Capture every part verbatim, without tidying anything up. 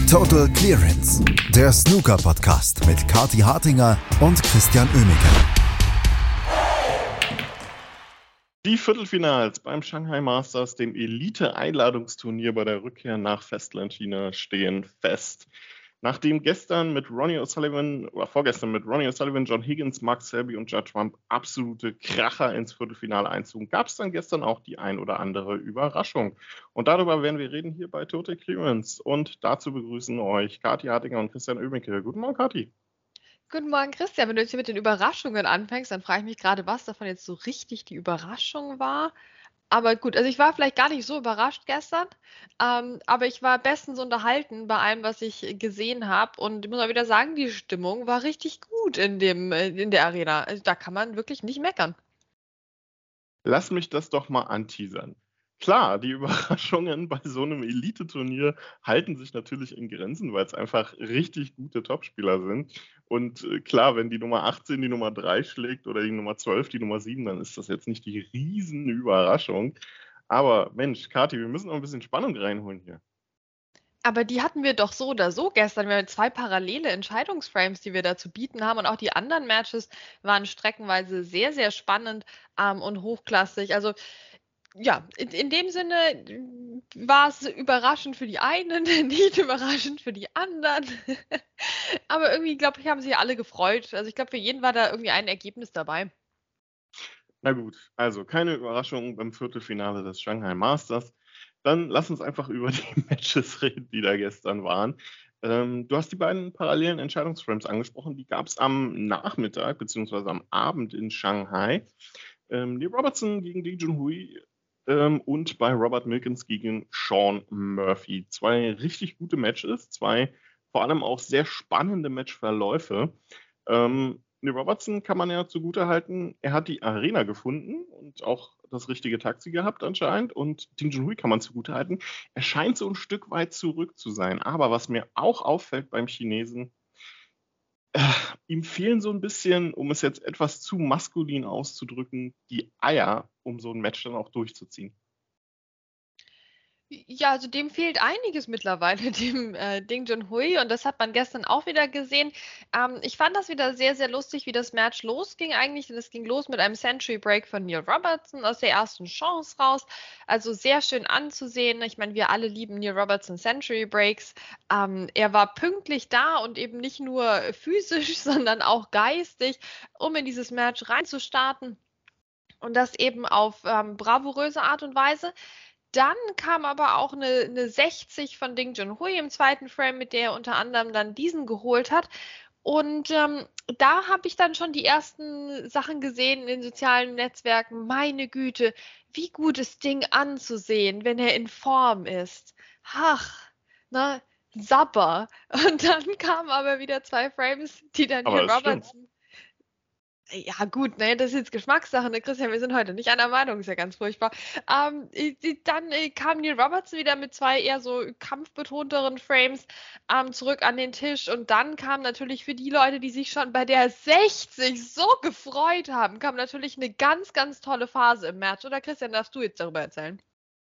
Total Clearance, der Snooker-Podcast mit Kathi Hartinger und Christian Oemeke. Die Viertelfinals beim Shanghai Masters, dem Elite-Einladungsturnier bei der Rückkehr nach Festlandchina, stehen fest. Nachdem gestern mit Ronnie O'Sullivan, oder vorgestern mit Ronnie O'Sullivan, John Higgins, Mark Selby und Judd Trump absolute Kracher ins Viertelfinale einzogen, gab es dann gestern auch die ein oder andere Überraschung. Und darüber werden wir reden hier bei Total Clearance. Und dazu begrüßen euch Kathi Hartinger und Christian Oemeke. Guten Morgen, Kathi. Guten Morgen, Christian. Wenn du jetzt hier mit den Überraschungen anfängst, dann frage ich mich gerade, was davon jetzt so richtig die Überraschung war. Aber gut, also ich war vielleicht gar nicht so überrascht gestern, ähm, aber ich war bestens unterhalten bei allem, was ich gesehen habe. Und ich muss mal wieder sagen, die Stimmung war richtig gut in dem, äh, in der Arena. Also da kann man wirklich nicht meckern. Lass mich das doch mal anteasern. Klar, die Überraschungen bei so einem Elite-Turnier halten sich natürlich in Grenzen, weil es einfach richtig gute Topspieler sind. Und äh, klar, wenn die Nummer achtzehn die Nummer drei schlägt oder die Nummer zwölf die Nummer sieben, dann ist das jetzt nicht die Riesenüberraschung. Aber Mensch, Kathi, wir müssen noch ein bisschen Spannung reinholen hier. Aber die hatten wir doch so oder so gestern. Wir haben zwei parallele Entscheidungsframes, die wir da zu bieten haben. Und auch die anderen Matches waren streckenweise sehr, sehr spannend ähm, und hochklassig. Also ja, in, in dem Sinne war es überraschend für die einen, nicht überraschend für die anderen. Aber irgendwie, glaube ich, haben sich alle gefreut. Also ich glaube, für jeden war da irgendwie ein Ergebnis dabei. Na gut, also keine Überraschung beim Viertelfinale des Shanghai Masters. Dann lass uns einfach über die Matches reden, die da gestern waren. Ähm, du hast die beiden parallelen Entscheidungsframes angesprochen. Die gab es am Nachmittag bzw. am Abend in Shanghai. Ähm, Neil Robertson gegen Ding Junhui ähm, und bei Robert Milkins gegen Sean Murphy. Zwei richtig gute Matches, zwei vor allem auch sehr spannende Matchverläufe. Ähm, Neil Robertson kann man ja zugutehalten, er hat die Arena gefunden und auch das richtige Taxi gehabt anscheinend. Und Ding Junhui kann man zugutehalten, er scheint so ein Stück weit zurück zu sein. Aber was mir auch auffällt beim Chinesen, äh, ihm fehlen so ein bisschen, um es jetzt etwas zu maskulin auszudrücken, die Eier, um so ein Match dann auch durchzuziehen. Ja, also dem fehlt einiges mittlerweile, dem äh, Ding Junhui, und das hat man gestern auch wieder gesehen. Ähm, ich fand das wieder sehr, sehr lustig, wie das Match losging eigentlich. Das ging los mit einem Century Break von Neil Robertson aus der ersten Chance raus. Also sehr schön anzusehen. Ich meine, wir alle lieben Neil Robertson Century Breaks. Ähm, er war pünktlich da und eben nicht nur physisch, sondern auch geistig, um in dieses Match reinzustarten. Und das eben auf ähm, bravouröse Art und Weise. Dann kam aber auch eine, eine sechzig von Ding Junhui im zweiten Frame, mit der er unter anderem dann diesen geholt hat. Und ähm, da habe ich dann schon die ersten Sachen gesehen in den sozialen Netzwerken. Meine Güte, wie gut ist Ding anzusehen, wenn er in Form ist. Ach, ne, Sapper. Und dann kamen aber wieder zwei Frames, die dann Aber hier es stimmt. Robertson. Ja, gut, ne, das ist jetzt Geschmackssache, ne, Christian, wir sind heute nicht einer Meinung, ist ja ganz furchtbar. Ähm, i- dann äh, kam Neil Robertson wieder mit zwei eher so kampfbetonteren Frames ähm, zurück an den Tisch, und dann kam natürlich für die Leute, die sich schon bei der sechzig so gefreut haben, kam natürlich eine ganz, ganz tolle Phase im Match. Oder Christian, darfst du jetzt darüber erzählen?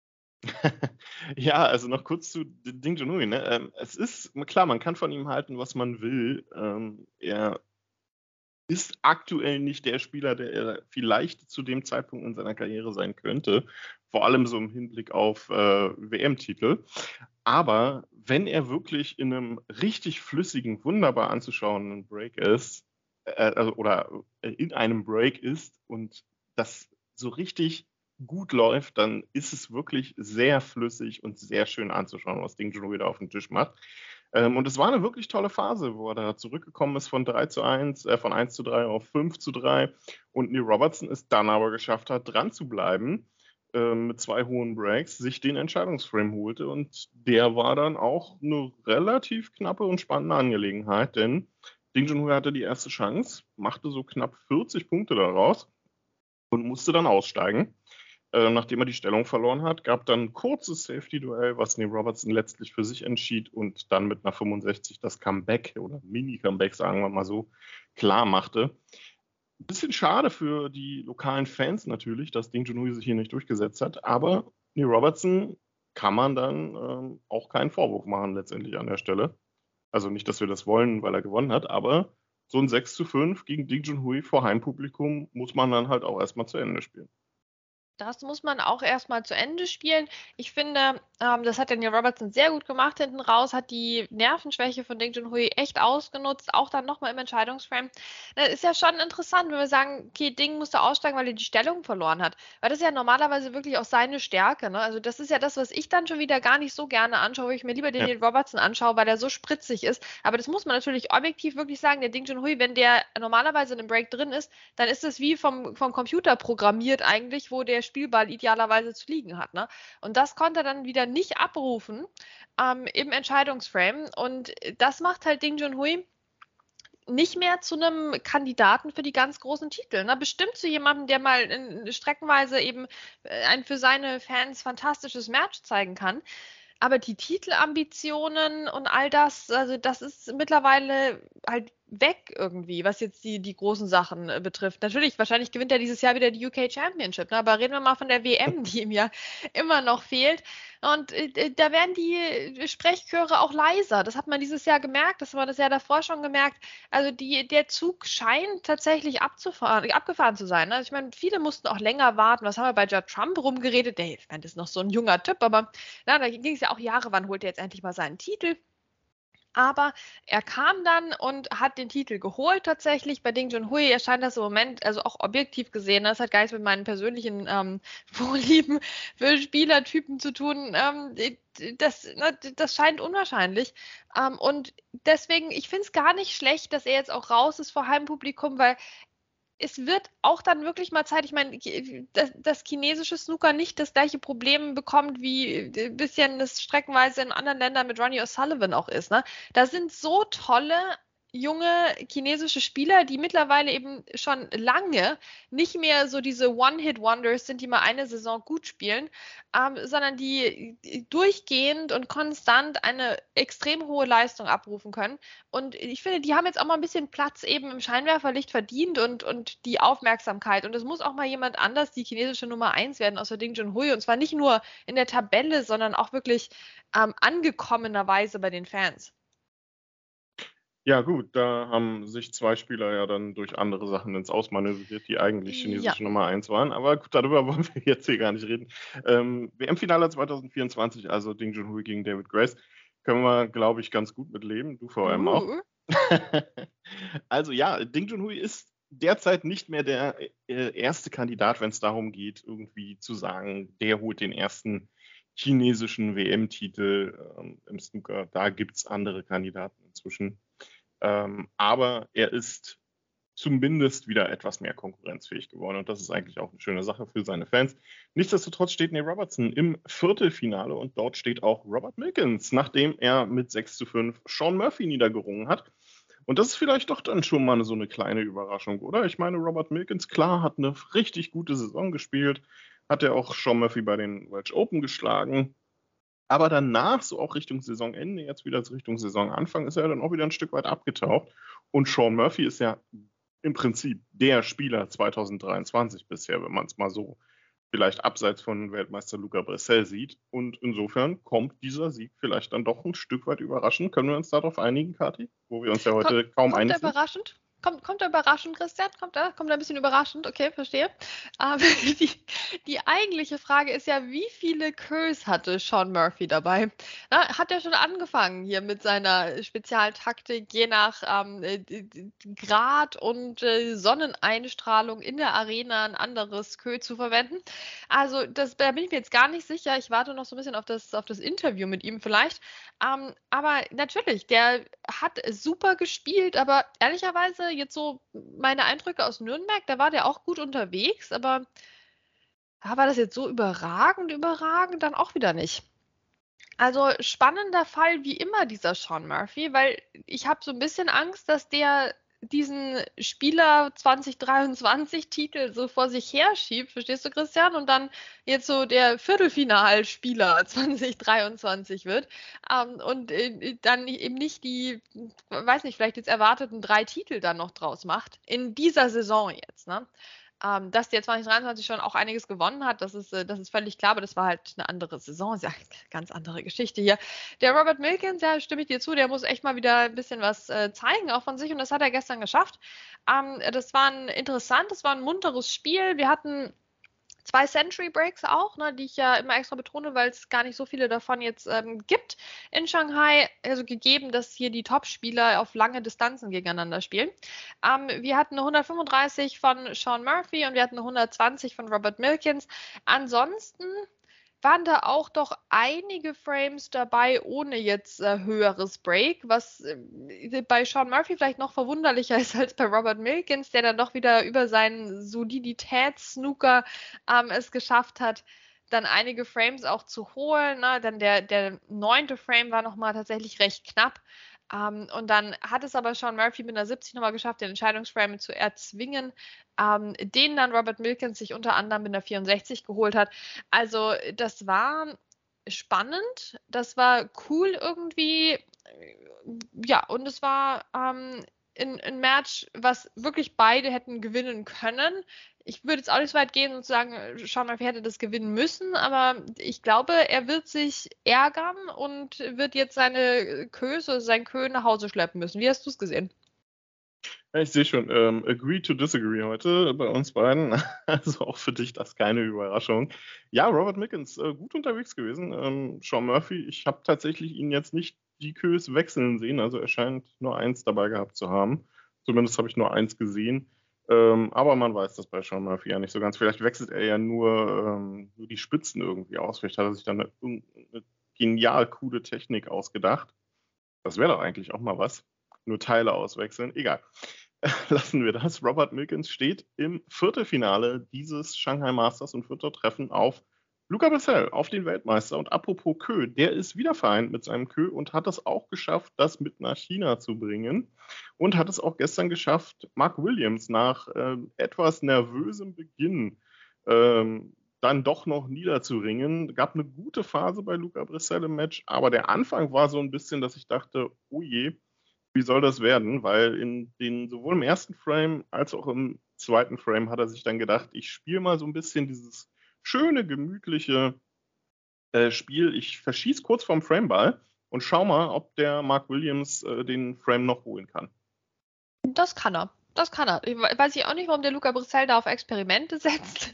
Ja, also noch kurz zu Ding Junhui. Ne? Ähm, es ist klar, man kann von ihm halten, was man will. Ähm, er ist aktuell nicht der Spieler, der er vielleicht zu dem Zeitpunkt in seiner Karriere sein könnte. Vor allem so im Hinblick auf äh, W M-Titel. Aber wenn er wirklich in einem richtig flüssigen, wunderbar anzuschauenden Break ist, äh, also, oder in einem Break ist und das so richtig gut läuft, dann ist es wirklich sehr flüssig und sehr schön anzuschauen, was Ding Junhui da auf den Tisch macht. Ähm, und es war eine wirklich tolle Phase, wo er da zurückgekommen ist von drei zu eins, äh, von eins zu drei auf fünf zu drei, und Neil Robertson es dann aber geschafft hat, dran zu bleiben, ähm, mit zwei hohen Breaks, sich den Entscheidungsframe holte, und der war dann auch eine relativ knappe und spannende Angelegenheit, denn Ding Junhui hatte die erste Chance, machte so knapp vierzig Punkte daraus und musste dann aussteigen. Äh, nachdem er die Stellung verloren hat, gab dann ein kurzes Safety-Duell, was Neil Robertson letztlich für sich entschied und dann mit einer fünfundsechzig das Comeback oder Mini-Comeback, sagen wir mal so, klar machte. Ein bisschen schade für die lokalen Fans natürlich, dass Ding Junhui sich hier nicht durchgesetzt hat, aber Neil Robertson kann man dann ähm, auch keinen Vorwurf machen letztendlich an der Stelle. Also nicht, dass wir das wollen, weil er gewonnen hat, aber so ein sechs zu fünf gegen Ding Junhui vor Heimpublikum muss man dann halt auch erstmal zu Ende spielen. Das muss man auch erstmal zu Ende spielen. Ich finde, ähm, das hat Daniel Robertson sehr gut gemacht hinten raus, hat die Nervenschwäche von Ding Junhui echt ausgenutzt, auch dann nochmal im Entscheidungsframe. Das ist ja schon interessant, wenn wir sagen, okay, Ding musste aussteigen, weil er die Stellung verloren hat. Weil das ist ja normalerweise wirklich auch seine Stärke. Ne? Also das ist ja das, was ich dann schon wieder gar nicht so gerne anschaue, wo ich mir lieber Daniel ja. Robertson anschaue, weil er so spritzig ist. Aber das muss man natürlich objektiv wirklich sagen, der Ding Junhui, wenn der normalerweise in einem Break drin ist, dann ist es wie vom, vom Computer programmiert eigentlich, wo der Spielball idealerweise zu liegen hat. Ne? Und das konnte er dann wieder nicht abrufen ähm, im Entscheidungsframe. Und das macht halt Ding Junhui nicht mehr zu einem Kandidaten für die ganz großen Titel. Ne? Bestimmt zu jemandem, der mal in, streckenweise eben ein für seine Fans fantastisches Match zeigen kann. Aber die Titelambitionen und all das, also das ist mittlerweile halt weg irgendwie, was jetzt die, die großen Sachen äh, betrifft. Natürlich, wahrscheinlich gewinnt er dieses Jahr wieder die U K Championship, ne? Aber reden wir mal von der W M, die ihm ja immer noch fehlt. Und äh, da werden die Sprechchöre auch leiser. Das hat man dieses Jahr gemerkt, das hat man das Jahr davor schon gemerkt. Also die, der Zug scheint tatsächlich abzufahren, abgefahren zu sein. Ne? Ich meine, viele mussten auch länger warten. Was haben wir bei Judd Trump rumgeredet? Der, ich meine, das ist noch so ein junger Typ, aber na, da ging es ja auch Jahre, wann holt er jetzt endlich mal seinen Titel? Aber er kam dann und hat den Titel geholt tatsächlich. Bei Ding Junhui erscheint das im Moment, also auch objektiv gesehen, das hat gar nichts mit meinen persönlichen ähm, Vorlieben für Spielertypen zu tun. Ähm, das, ne, das scheint unwahrscheinlich. Ähm, und deswegen, ich finde es gar nicht schlecht, dass er jetzt auch raus ist vor Heimpublikum, weil es wird auch dann wirklich mal Zeit, ich meine, dass das chinesische Snooker nicht das gleiche Problem bekommt, wie ein bisschen das streckenweise in anderen Ländern mit Ronnie O'Sullivan auch ist. Ne? Da sind so tolle junge chinesische Spieler, die mittlerweile eben schon lange nicht mehr so diese One-Hit-Wonders sind, die mal eine Saison gut spielen, ähm, sondern die durchgehend und konstant eine extrem hohe Leistung abrufen können. Und ich finde, die haben jetzt auch mal ein bisschen Platz eben im Scheinwerferlicht verdient und, und die Aufmerksamkeit. Und es muss auch mal jemand anders die chinesische Nummer eins werden, außer Ding Junhui. Und zwar nicht nur in der Tabelle, sondern auch wirklich ähm, angekommenerweise bei den Fans. Ja gut, da haben sich zwei Spieler ja dann durch andere Sachen ins Ausmanövriert, die eigentlich chinesische ja. Nummer eins waren. Aber gut, darüber wollen wir jetzt hier gar nicht reden. Ähm, W M-Finale zwanzig vierundzwanzig, also Ding Junhui gegen David Grace, können wir, glaube ich, ganz gut mit leben. Du vor allem uh. auch. Also ja, Ding Junhui ist derzeit nicht mehr der äh, erste Kandidat, wenn es darum geht, irgendwie zu sagen, der holt den ersten chinesischen W M-Titel ähm, im Snooker. Da gibt es andere Kandidaten inzwischen. Ähm, aber er ist zumindest wieder etwas mehr konkurrenzfähig geworden und das ist eigentlich auch eine schöne Sache für seine Fans. Nichtsdestotrotz steht Neil Robertson im Viertelfinale und dort steht auch Robert Milkins, nachdem er mit sechs zu fünf Sean Murphy niedergerungen hat. Und das ist vielleicht doch dann schon mal so eine kleine Überraschung, oder? Ich meine, Robert Milkins, klar, hat eine richtig gute Saison gespielt, hat er auch Sean Murphy bei den Welsh Open geschlagen. Aber danach, so auch Richtung Saisonende, jetzt wieder Richtung Saisonanfang, ist er dann auch wieder ein Stück weit abgetaucht. Und Sean Murphy ist ja im Prinzip der Spieler zwanzig dreiundzwanzig bisher, wenn man es mal so vielleicht abseits von Weltmeister Luca Bressel sieht. Und insofern kommt dieser Sieg vielleicht dann doch ein Stück weit überraschend. Können wir uns darauf einigen, Kathi? Wo wir uns ja heute kommt, kaum kommt einig sind. Überraschend? Kommt, kommt er überraschend, Christian? Kommt er? Kommt er ein bisschen überraschend? Okay, verstehe. Aber die, die eigentliche Frage ist ja, wie viele Curls hatte Sean Murphy dabei? Na, hat er schon angefangen hier mit seiner Spezialtaktik, je nach ähm, Grad und äh, Sonneneinstrahlung in der Arena ein anderes Curl zu verwenden? Also das, da bin ich mir jetzt gar nicht sicher. Ich warte noch so ein bisschen auf das, auf das Interview mit ihm vielleicht. Ähm, aber natürlich, der hat super gespielt, aber ehrlicherweise jetzt so meine Eindrücke aus Nürnberg, da war der auch gut unterwegs, aber ja, war das jetzt so überragend, überragend, dann auch wieder nicht. Also spannender Fall wie immer dieser Sean Murphy, weil ich habe so ein bisschen Angst, dass der diesen Spieler zwanzig dreiundzwanzig-Titel so vor sich her schiebt, verstehst du, Christian? Und dann jetzt so der Viertelfinalspieler zwanzig dreiundzwanzig wird ähm, und äh, dann eben nicht die, weiß nicht, vielleicht jetzt erwarteten drei Titel dann noch draus macht, in dieser Saison jetzt, ne? Ähm, dass der zwanzig dreiundzwanzig schon auch einiges gewonnen hat, das ist, äh, das ist völlig klar, aber das war halt eine andere Saison, ist ja eine ganz andere Geschichte hier. Der Robert Milkins, ja, stimme ich dir zu, der muss echt mal wieder ein bisschen was äh, zeigen, auch von sich, und das hat er gestern geschafft. Ähm, das war ein interessant, das war ein munteres Spiel. Wir hatten zwei Century Breaks auch, ne, die ich ja immer extra betone, weil es gar nicht so viele davon jetzt ähm, gibt in Shanghai. Also gegeben, dass hier die Top-Spieler auf lange Distanzen gegeneinander spielen. Ähm, wir hatten eine hundertfünfunddreißig von Sean Murphy und wir hatten eine hundertzwanzig von Robert Milkins. Ansonsten waren da auch doch einige Frames dabei ohne jetzt äh, höheres Break, was äh, bei Sean Murphy vielleicht noch verwunderlicher ist als bei Robert Milkins, der dann doch wieder über seinen Soliditäts-Snooker ähm, es geschafft hat, dann einige Frames auch zu holen. Ne? Dann der, der neunte Frame war nochmal tatsächlich recht knapp. Um, und dann hat es aber Sean Murphy mit einer siebzig nochmal geschafft, den Entscheidungsframe zu erzwingen, um, den dann Robert Milkins sich unter anderem mit einer vierundsechzig geholt hat. Also das war spannend, das war cool irgendwie, ja, und es war ähm, ein, ein Match, was wirklich beide hätten gewinnen können. Ich würde jetzt auch nicht so weit gehen und sagen, Sean Murphy hätte das gewinnen müssen, aber ich glaube, er wird sich ärgern und wird jetzt seine Köse, sein Kö nach Hause schleppen müssen. Wie hast du es gesehen? Ja, ich sehe schon, ähm, agree to disagree heute bei uns beiden. Also auch für dich das keine Überraschung. Ja, Robert Milkins, äh, gut unterwegs gewesen. Ähm, Sean Murphy, ich habe tatsächlich ihn jetzt nicht die Kös wechseln sehen. Also er scheint nur eins dabei gehabt zu haben. Zumindest habe ich nur eins gesehen. Ähm, aber man weiß das bei Sean Murphy ja nicht so ganz. Vielleicht wechselt er ja nur, ähm, nur die Spitzen irgendwie aus. Vielleicht hat er sich dann eine, eine genial coole Technik ausgedacht. Das wäre doch eigentlich auch mal was. Nur Teile auswechseln. Egal. Lassen wir das. Robert Milkins steht im Viertelfinale dieses Shanghai Masters und wird dort treffen auf Luca Bressel, auf den Weltmeister. Und apropos Kö, der ist wieder vereint mit seinem Kö und hat es auch geschafft, das mit nach China zu bringen. Und hat es auch gestern geschafft, Mark Williams nach äh, etwas nervösem Beginn ähm, dann doch noch niederzuringen. Gab eine gute Phase bei Luca Bressel im Match, aber der Anfang war so ein bisschen, dass ich dachte, oh je, wie soll das werden? Weil in den, sowohl im ersten Frame als auch im zweiten Frame hat er sich dann gedacht, ich spiele mal so ein bisschen dieses schöne, gemütliche äh, Spiel. Ich verschieße kurz vorm Frameball und schau mal, ob der Mark Williams äh, den Frame noch holen kann. Das kann er. Das kann er. Ich weiß ich auch nicht, warum der Luca Bressel da auf Experimente setzt.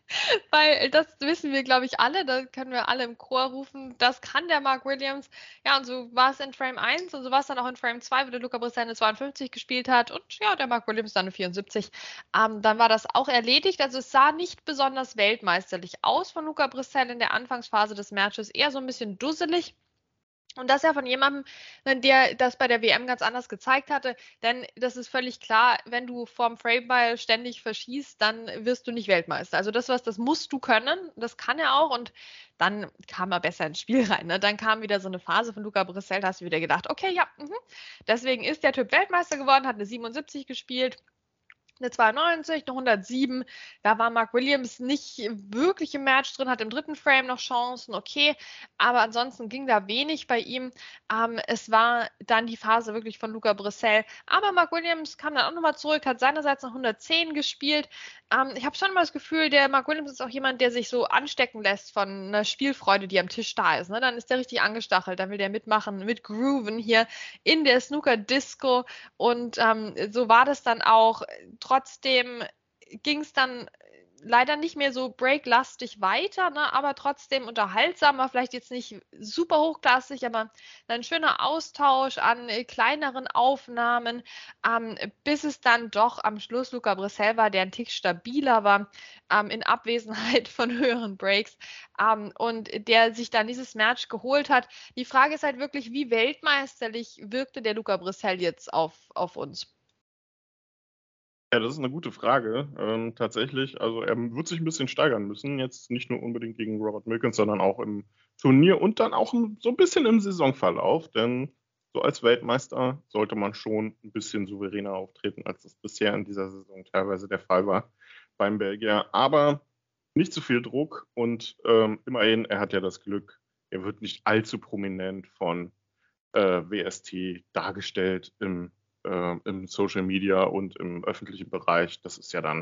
Weil das wissen wir, glaube ich, alle. Da können wir alle im Chor rufen. Das kann der Mark Williams. Ja, und so war es in Frame eins und so war es dann auch in Frame zwei, wo der Luca Bressel eine zweiundfünfzig gespielt hat und ja, der Mark Williams dann eine vierundsiebzig. Ähm, dann war das auch erledigt. Also es sah nicht besonders weltmeisterlich aus von Luca Bressel in der Anfangsphase des Matches. Eher so ein bisschen dusselig. Und das ja von jemandem, der das bei der W M ganz anders gezeigt hatte. Denn das ist völlig klar, wenn du vorm Frameball ständig verschießt, dann wirst du nicht Weltmeister. Also das was, das musst du können. Das kann er auch. Und dann kam er besser ins Spiel rein. Ne? Dann kam wieder so eine Phase von Luca Bressel, da hast du wieder gedacht, okay, ja, mh. Deswegen ist der Typ Weltmeister geworden, hat eine siebenundsiebzig gespielt. Eine zweiundneunzig, eine hundertsieben. Da war Mark Williams nicht wirklich im Match drin, hat im dritten Frame noch Chancen, okay. Aber ansonsten ging da wenig bei ihm. Ähm, es war dann die Phase wirklich von Luca Bressel. Aber Mark Williams kam dann auch nochmal zurück, hat seinerseits noch hundertzehn gespielt. Ähm, ich habe schon mal das Gefühl, der Mark Williams ist auch jemand, der sich so anstecken lässt von einer Spielfreude, die am Tisch da ist. Ne? Dann ist der richtig angestachelt, dann will der mitmachen, mit Grooven hier in der Snooker-Disco. Und ähm, so war das dann auch. Trotzdem ging es dann leider nicht mehr so breaklastig weiter, ne, aber trotzdem unterhaltsamer, vielleicht jetzt nicht super hochklassig, aber ein schöner Austausch an äh, kleineren Aufnahmen, ähm, bis es dann doch am Schluss Luca Bressel war, der ein Tick stabiler war, ähm, in Abwesenheit von höheren Breaks, ähm, und der sich dann dieses Match geholt hat. Die Frage ist halt wirklich, wie weltmeisterlich wirkte der Luca Bressel jetzt auf, auf uns? Ja, das ist eine gute Frage. Ähm, tatsächlich, also er wird sich ein bisschen steigern müssen. Jetzt nicht nur unbedingt gegen Robert Milkins, sondern auch im Turnier und dann auch im, so ein bisschen im Saisonverlauf. Denn so als Weltmeister sollte man schon ein bisschen souveräner auftreten, als das bisher in dieser Saison teilweise der Fall war beim Belgier. Aber nicht zu viel Druck und ähm, immerhin, er hat ja das Glück, er wird nicht allzu prominent von äh, W S T dargestellt im äh, im Social Media und im öffentlichen Bereich. Das ist ja dann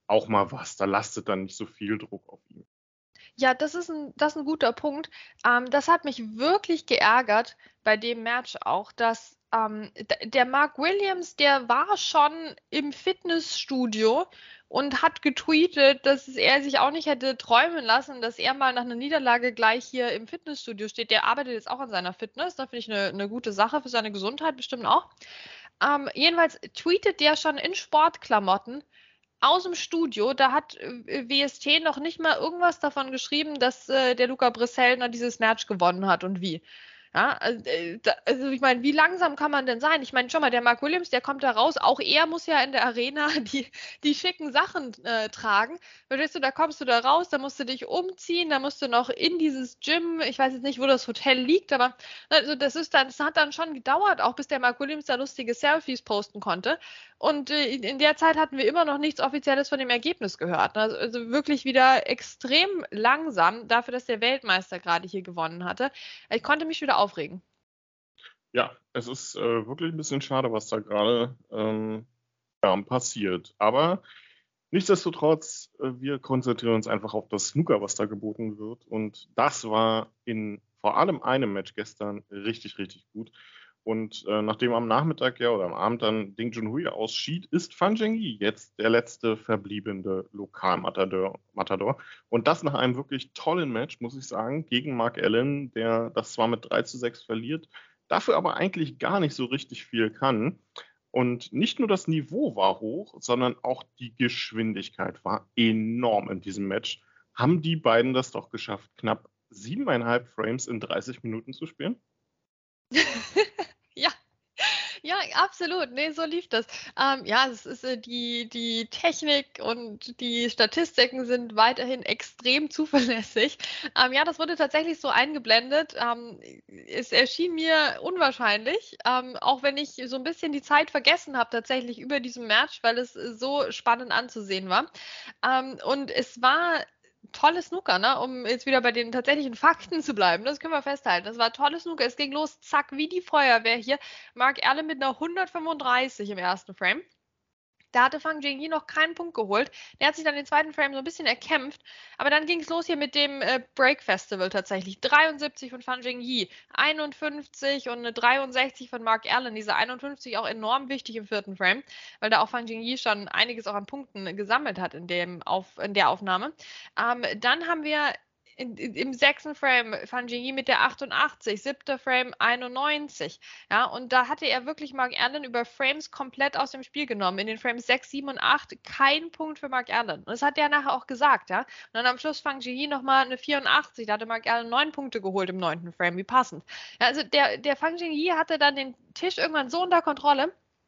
auch mal was. Da lastet dann nicht so viel Druck auf ihm. Ja, das ist ein, das ist ein guter Punkt. Ähm, das hat mich wirklich geärgert bei dem Match auch, dass ähm, d- der Mark Williams, der war schon im Fitnessstudio und hat getweetet, dass er sich auch nicht hätte träumen lassen, dass er mal nach einer Niederlage gleich hier im Fitnessstudio steht. Der arbeitet jetzt auch an seiner Fitness. Da finde ich eine, eine gute Sache für seine Gesundheit bestimmt auch. Ähm, jedenfalls tweetet der schon in Sportklamotten aus dem Studio. Da hat äh, W S T noch nicht mal irgendwas davon geschrieben, dass äh, der Luca Brisellner dieses Match gewonnen hat und wie. Ja, also, äh, da, also ich meine, wie langsam kann man denn sein? Ich meine, schon mal, der Mark Williams, der kommt da raus, auch er muss ja in der Arena die, die schicken Sachen äh, tragen. Verstehst du, da kommst du da raus, da musst du dich umziehen, da musst du noch in dieses Gym, ich weiß jetzt nicht, wo das Hotel liegt, aber also das ist dann, das hat dann schon gedauert, auch bis der Mark Williams da lustige Selfies posten konnte. Und äh, in der Zeit hatten wir immer noch nichts Offizielles von dem Ergebnis gehört. Also, also wirklich wieder extrem langsam dafür, dass der Weltmeister gerade hier gewonnen hatte. Ich konnte mich wieder aufregen. Ja, es ist äh, wirklich ein bisschen schade, was da gerade ähm, ja, passiert. Aber nichtsdestotrotz, äh, wir konzentrieren uns einfach auf das Snooker, was da geboten wird. Und das war in vor allem einem Match gestern richtig, richtig gut. Und äh, nachdem am Nachmittag ja oder am Abend dann Ding Junhui ausschied, ist Fan Zhengyi jetzt der letzte verbliebene Lokalmatador. Matador. Und das nach einem wirklich tollen Match, muss ich sagen, gegen Mark Allen, der das zwar mit drei zu sechs verliert, dafür aber eigentlich gar nicht so richtig viel kann. Und nicht nur das Niveau war hoch, sondern auch die Geschwindigkeit war enorm in diesem Match. Haben die beiden das doch geschafft, knapp siebeneinhalb Frames in dreißig Minuten zu spielen? Ja, ja, absolut. Nee, so lief das. Ähm, ja, es ist äh, die, die Technik und die Statistiken sind weiterhin extrem zuverlässig. Ähm, ja, das wurde tatsächlich so eingeblendet. Ähm, es erschien mir unwahrscheinlich, ähm, auch wenn ich so ein bisschen die Zeit vergessen habe, tatsächlich über diesem Match, weil es äh, so spannend anzusehen war. Ähm, und es war tolles Snooker, ne? Um jetzt wieder bei den tatsächlichen Fakten zu bleiben. Das können wir festhalten. Das war tolles Snooker. Es ging los, zack, wie die Feuerwehr hier. Mark Allen mit einer hundertfünfunddreißig im ersten Frame. Da hatte Fan Zhengyi noch keinen Punkt geholt. Der hat sich dann den zweiten Frame so ein bisschen erkämpft. Aber dann ging es los hier mit dem äh, Break Festival tatsächlich. dreiundsiebzig von Fan Zhengyi, einundfünfzig und eine dreiundsechzig von Mark Allen. Diese einundfünfzig auch enorm wichtig im vierten Frame, weil da auch Fan Zhengyi schon einiges auch an Punkten gesammelt hat in, dem auf, in der Aufnahme. Ähm, dann haben wir in, in, im sechsten Frame Fan Zhengyi mit der achtundachtzig, siebter Frame einundneunzig. Ja, und da hatte er wirklich Mark Allen über Frames komplett aus dem Spiel genommen. In den Frames sechs, sieben und acht kein Punkt für Mark Allen. Und das hat er nachher auch gesagt, ja. Und dann am Schluss Fan Zhengyi nochmal eine vierundachtzig. Da hatte Mark Allen neun Punkte geholt im neunten Frame. Wie passend. Ja, also der, der Fan Zhengyi hatte dann den Tisch irgendwann so unter Kontrolle.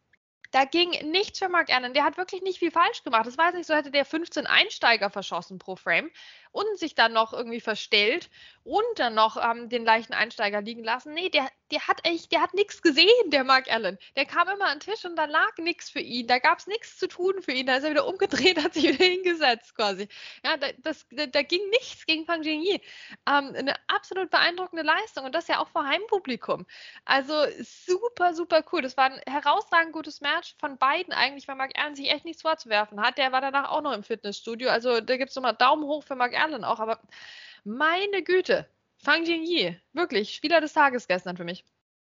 Da ging nichts für Mark Allen. Der hat wirklich nicht viel falsch gemacht. Das war jetzt nicht so, hätte der fünfzehn Einsteiger verschossen pro Frame und sich dann noch irgendwie verstellt und dann noch ähm, den leichten Einsteiger liegen lassen. Nee, der, der hat echt, der hat nichts gesehen, der Mark Allen. Der kam immer an den Tisch und da lag nichts für ihn. Da gab es nichts zu tun für ihn. Da ist er wieder umgedreht, hat sich wieder hingesetzt quasi. Ja, da, das, da, da ging nichts gegen Fan Zhengyi. Ähm, eine absolut beeindruckende Leistung und das ja auch vor Heimpublikum. Also super, super cool. Das war ein herausragend gutes Match von beiden eigentlich, weil Mark Allen sich echt nichts vorzuwerfen hat. Der war danach auch noch im Fitnessstudio. Also da gibt es nochmal Daumen hoch für Mark Allen auch. Aber meine Güte, Fan Zhengyi, wirklich Spieler des Tages gestern für mich.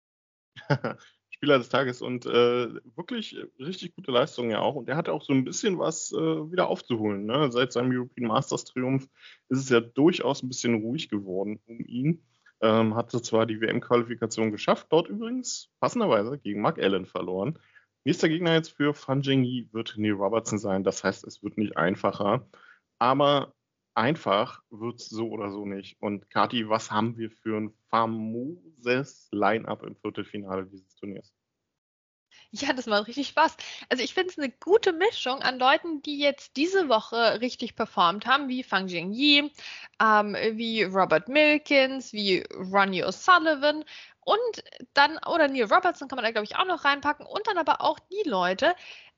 Spieler des Tages und äh, wirklich richtig gute Leistung ja auch. Und er hatte auch so ein bisschen was äh, wieder aufzuholen. Ne? Seit seinem European Masters Triumph ist es ja durchaus ein bisschen ruhig geworden um ihn. Ähm, hatte zwar die W M-Qualifikation geschafft, dort übrigens passenderweise gegen Mark Allen verloren. Nächster Gegner jetzt für Fan Zhengyi wird Neil Robertson sein. Das heißt, es wird nicht einfacher. Aber einfach wird es so oder so nicht. Und Kathi, was haben wir für ein famoses Line-Up im Viertelfinale dieses Turniers? Ja, das macht richtig Spaß. Also ich finde es eine gute Mischung an Leuten, die jetzt diese Woche richtig performt haben, wie Fan Zhengyi, ähm, wie Robert Milkins, wie Ronnie O'Sullivan und dann, oder Neil Robertson kann man da, glaube ich, auch noch reinpacken und dann aber auch die Leute,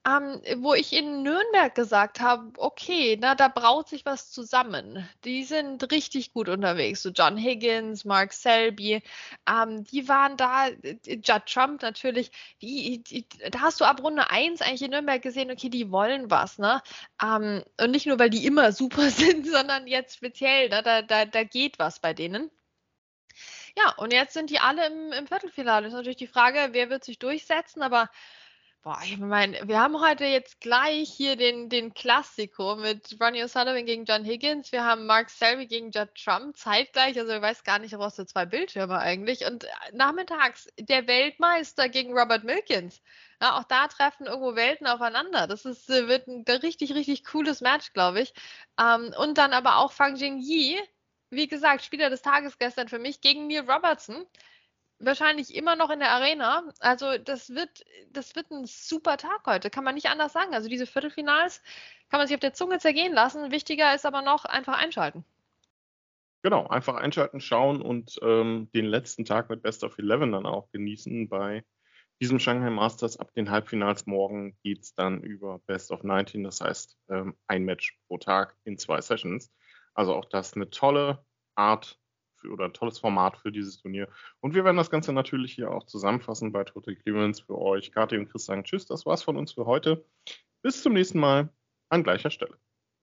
ähm, wo ich in Nürnberg gesagt habe, okay, na, da braut sich was zusammen. Die sind richtig gut unterwegs. So John Higgins, Mark Selby, ähm, die waren da, Judd Trump natürlich, die, die, da hast du ab Runde eins eigentlich in Nürnberg gesehen, okay, die wollen was, ne? Ähm, und nicht nur, weil die immer super sind, sondern jetzt speziell, ne? da, da, da geht was bei denen. Ja, und jetzt sind die alle im, im Viertelfinale. Das ist natürlich die Frage, wer wird sich durchsetzen, aber boah, ich meine, wir haben heute jetzt gleich hier den, den Klassiko mit Ronnie O'Sullivan gegen John Higgins. Wir haben Mark Selby gegen Judd Trump zeitgleich. Also ich weiß gar nicht, da brauchst du zwei Bildschirme eigentlich. Und nachmittags der Weltmeister gegen Robert Milkins. Ja, auch da treffen irgendwo Welten aufeinander. Das ist, wird ein richtig, richtig cooles Match, glaube ich. Ähm, und dann aber auch Fang Jingyi, wie gesagt, Spieler des Tages gestern für mich, gegen Neil Robertson. Wahrscheinlich immer noch in der Arena. Also das wird, das wird ein super Tag heute, kann man nicht anders sagen. Also diese Viertelfinals kann man sich auf der Zunge zergehen lassen. Wichtiger ist aber noch, einfach einschalten. Genau, einfach einschalten, schauen und ähm, den letzten Tag mit Best of Eleven dann auch genießen. Bei diesem Shanghai Masters ab den Halbfinals morgen geht es dann über Best of neunzehn. Das heißt, ähm, ein Match pro Tag in zwei Sessions. Also auch das eine tolle Art für, oder ein tolles Format für dieses Turnier. Und wir werden das Ganze natürlich hier auch zusammenfassen bei Total Clearance für euch. Kathi und Chris sagen Tschüss, das war's von uns für heute. Bis zum nächsten Mal an gleicher Stelle.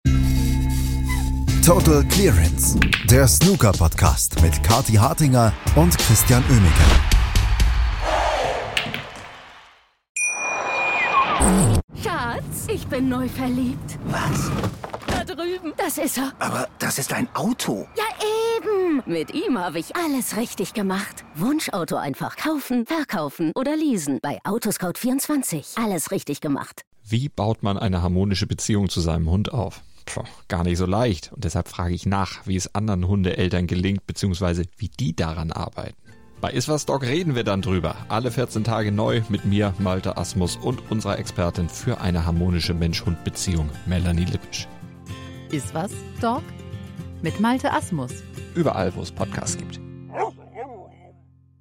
Total Clearance, der Snooker-Podcast mit Kathi Hartinger und Christian Oemeke. Schatz, ich bin neu verliebt. Was? Da drüben. Das ist er. Aber das ist ein Auto. Ja, eben. Mit ihm habe ich alles richtig gemacht. Wunschauto einfach kaufen, verkaufen oder leasen. Bei Autoscout vierundzwanzig. Alles richtig gemacht. Wie baut man eine harmonische Beziehung zu seinem Hund auf? Puh, gar nicht so leicht. Und deshalb frage ich nach, wie es anderen Hundeeltern gelingt, beziehungsweise wie die daran arbeiten. Bei Iswas Dog reden wir dann drüber. Alle vierzehn Tage neu mit mir, Malte Asmus und unserer Expertin für eine harmonische Mensch-Hund-Beziehung, Melanie Lippisch. Iswas Dog mit Malte Asmus. Überall, wo es Podcasts gibt.